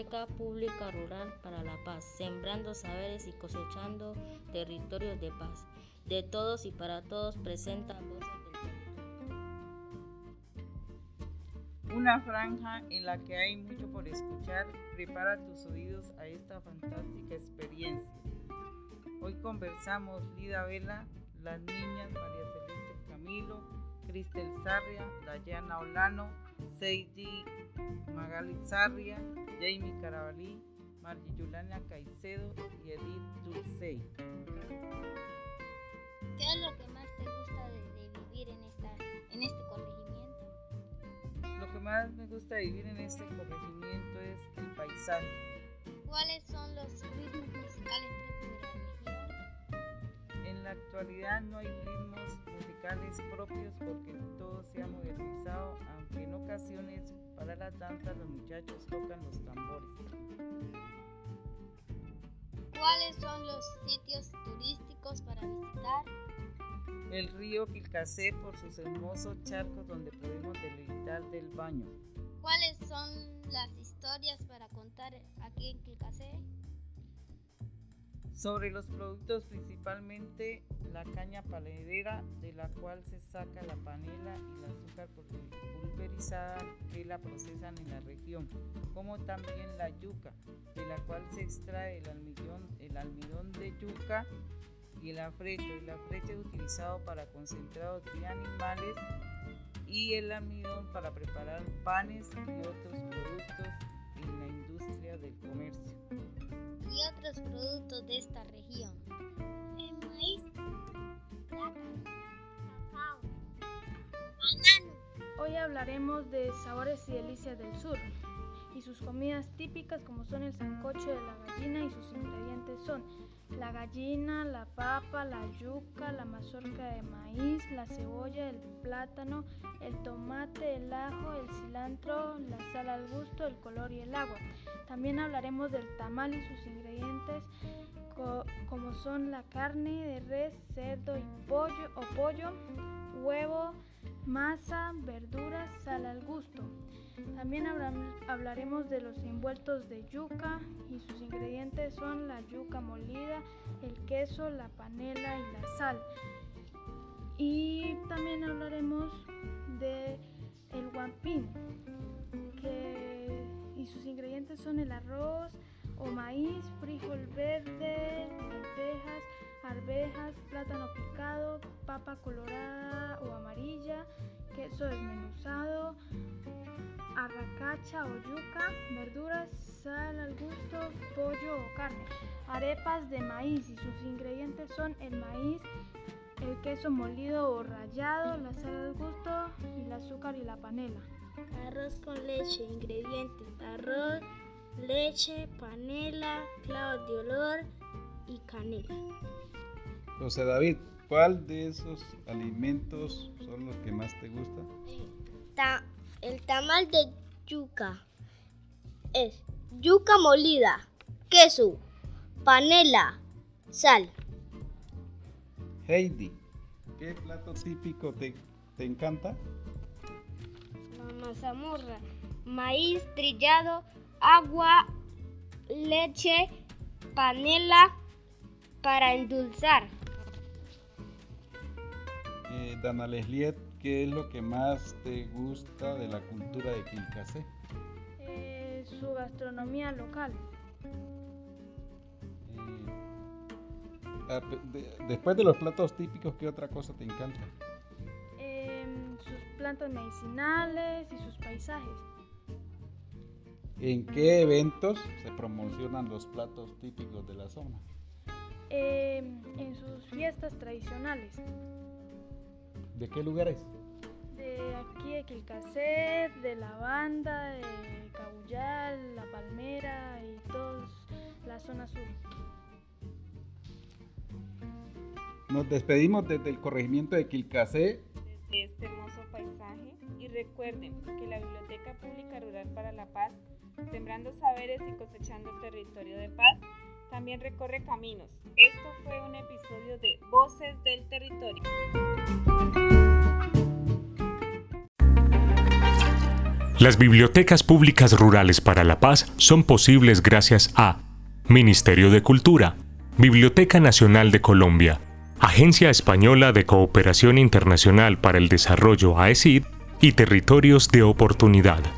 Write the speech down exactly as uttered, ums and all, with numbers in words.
Biblioteca Pública Rural para la Paz, sembrando saberes y cosechando territorios de paz. De todos y para todos presenta Voces del Territorio. Una franja en la que hay mucho por escuchar. Prepara tus oídos a esta fantástica experiencia. Hoy conversamos Lida Vela, las niñas María Celeste Camilo, Cristel Sarria, Dayana Olano, Seiji Magali Sarria, Jamie Carabalí, Margie Yulana Caicedo y Edith Dulcey. ¿Qué es lo que más te gusta de, de vivir en, esta, en este corregimiento? Lo que más me gusta de vivir en este corregimiento es el paisaje. ¿Cuáles son los ritmos musicales propios de la región? En la actualidad no hay ritmos musicales propios porque todo se ha modernizado, aunque en ocasiones para las danzas los muchachos tocan los tambores. ¿Cuáles son los sitios turísticos para visitar? El río Quilcacé por sus hermosos charcos donde podemos deleitar del baño. ¿Cuáles son las historias para contar aquí en Quilcacé? Sobre los productos, principalmente la caña panelera, de la cual se saca la panela y el azúcar pulverizada que la procesan en la región, como también la yuca, de la cual se extrae el almidón, el almidón de yuca y el afrecho. El afrecho es utilizado para concentrados de animales y el almidón para preparar panes y otros productos en la industria del comercio. ¿Y otros productos de esta región? El maíz, plátano, cacao, banano. Hoy hablaremos de sabores y delicias del sur y sus comidas típicas, como son el sancocho de la gallina, y sus ingredientes son la gallina, la papa, la yuca, la mazorca de maíz, la cebolla, el plátano, el tomate, el ajo, el cilantro, la sal al gusto, el color y el agua. También hablaremos del tamal y sus ingredientes, co- como son la carne de res, cerdo y pollo o pollo, huevo, masa, verduras, sal al gusto. También hablaremos de los envueltos de yuca y sus ingredientes son la yuca molida, el queso, la panela y la sal. Y también hablaremos de el guampín, que y sus ingredientes son el arroz o maíz, frijol verde, lentejas, arvejas, plátano picado, papa colorada o amarilla, queso desmenuzado, arracacha o yuca, verduras, sal al gusto, pollo o carne, arepas de maíz y sus ingredientes son el maíz, el queso molido o rallado, la sal al gusto y el azúcar y la panela. Arroz con leche, ingredientes: arroz, leche, panela, clavos de olor y canela. José David, ¿cuál de esos alimentos son los que más te gustan? Ta- el tamal de yuca es yuca molida, queso, panela, sal. Heidi, ¿qué plato típico te, te encanta? La mazamorra, maíz trillado, agua, leche, panela para endulzar. Eh, Dana Lesliet, ¿qué es lo que más te gusta de la cultura de Quilcacé? Eh, su gastronomía local. Eh, a- de- después de los platos típicos, ¿qué otra cosa te encanta? Eh, sus plantas medicinales y sus paisajes. ¿En qué eventos se promocionan los platos típicos de la zona? Eh, en sus fiestas tradicionales. ¿De qué lugares? De aquí de Quilcacé, de La Banda, de Cabullal, La Palmera y toda la zona sur. Nos despedimos desde el corregimiento de Quilcacé. Desde este hermoso paisaje, y recuerden que la Biblioteca Pública Rural para la Paz, sembrando saberes y cosechando territorio de paz, también recorre caminos. Esto fue un episodio de Voces del Territorio. Las bibliotecas públicas rurales para la paz son posibles gracias a Ministerio de Cultura, Biblioteca Nacional de Colombia, Agencia Española de Cooperación Internacional para el Desarrollo A E C I D y Territorios de Oportunidad.